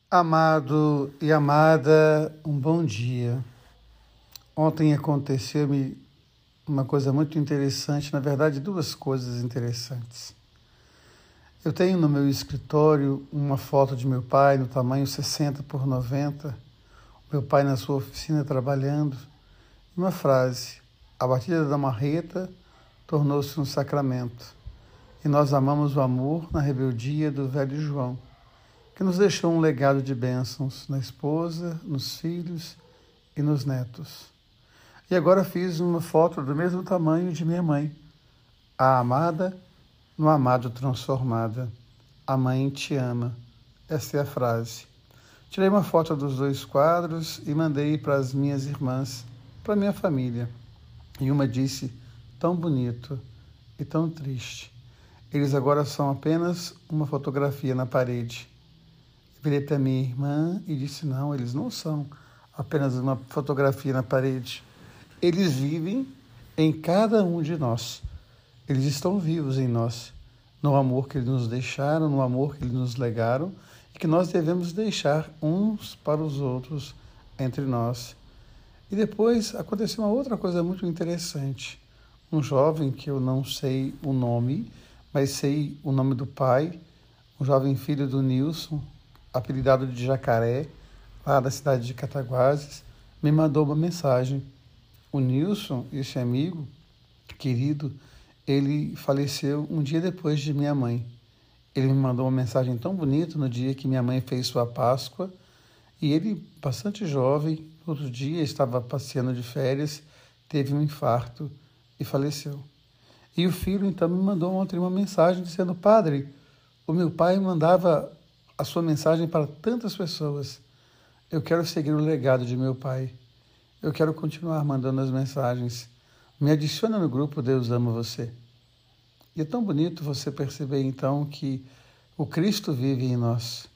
Amado e amada, um bom dia. Ontem aconteceu-me uma coisa muito interessante, na verdade, duas coisas interessantes. Eu tenho no meu escritório uma foto de meu pai no tamanho 60 por 90, meu pai na sua oficina trabalhando, e uma frase: a batida da marreta tornou-se um sacramento, e nós amamos o amor na rebeldia do velho João, que nos deixou um legado de bênçãos na esposa, nos filhos e nos netos. E agora fiz uma foto do mesmo tamanho de minha mãe, a amada no amado transformada. A mãe te ama. Essa é a frase. Tirei uma foto dos dois quadros e mandei para as minhas irmãs, para minha família. E uma disse, tão bonito e tão triste. Eles agora são apenas uma fotografia na parede. Virei para minha irmã e disse, não, eles não são apenas uma fotografia na parede. Eles vivem em cada um de nós. Eles estão vivos em nós, no amor que eles nos deixaram, no amor que eles nos legaram e que nós devemos deixar uns para os outros entre nós. E depois aconteceu uma outra coisa muito interessante. Um jovem que eu não sei o nome, mas sei o nome do pai, um jovem filho do Nilson, apelidado de Jacaré, lá da cidade de Cataguases, me mandou uma mensagem. O Nilson, esse amigo querido, ele faleceu um dia depois de minha mãe. Ele me mandou uma mensagem tão bonita no dia que minha mãe fez sua Páscoa, e ele, bastante jovem, outro dia estava passeando de férias, teve um infarto e faleceu. E o filho então me mandou ontem uma mensagem dizendo, padre, o meu pai mandava a sua mensagem para tantas pessoas. Eu quero seguir o legado de meu pai. Eu quero continuar mandando as mensagens. Me adiciona no grupo Deus Ama Você. E é tão bonito você perceber então que o Cristo vive em nós.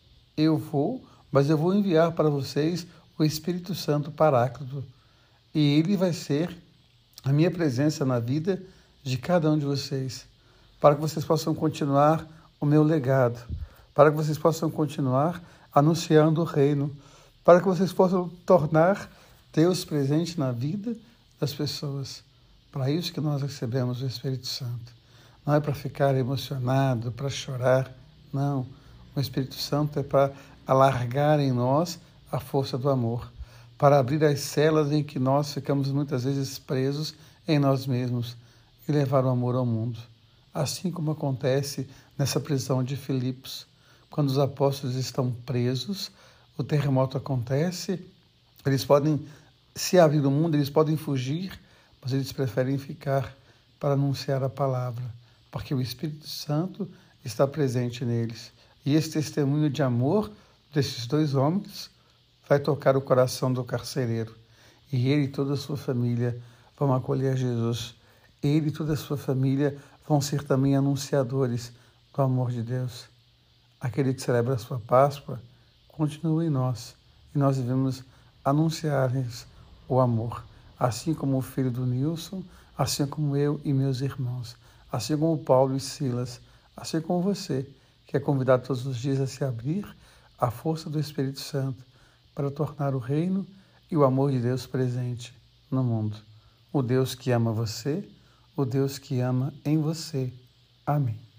Mas eu vou enviar para vocês o Espírito Santo Paráclito. E ele vai ser a minha presença na vida de cada um de vocês, para que vocês possam continuar o meu legado, para que vocês possam continuar anunciando o reino, para que vocês possam tornar Deus presente na vida das pessoas. Para isso que nós recebemos o Espírito Santo. Não é para ficar emocionado, para chorar, não. O Espírito Santo é para alargar em nós a força do amor, para abrir as celas em que nós ficamos muitas vezes presos em nós mesmos e levar o amor ao mundo. Assim como acontece nessa prisão de Filipos, quando os apóstolos estão presos, o terremoto acontece, eles podem se abrir do mundo, eles podem fugir, mas eles preferem ficar para anunciar a palavra, porque o Espírito Santo está presente neles. E esse testemunho de amor desses dois homens vai tocar o coração do carcereiro. E ele e toda a sua família vão acolher Jesus. Ele e toda a sua família vão ser também anunciadores do amor de Deus. Aquele que celebra a sua Páscoa continua em nós. E nós devemos anunciar-lhes o amor. Assim como o filho do Nilson, assim como eu e meus irmãos, assim como Paulo e Silas, assim como você, que é convidado todos os dias a se abrir à força do Espírito Santo para tornar o reino e o amor de Deus presente no mundo. O Deus que ama você, o Deus que ama em você. Amém.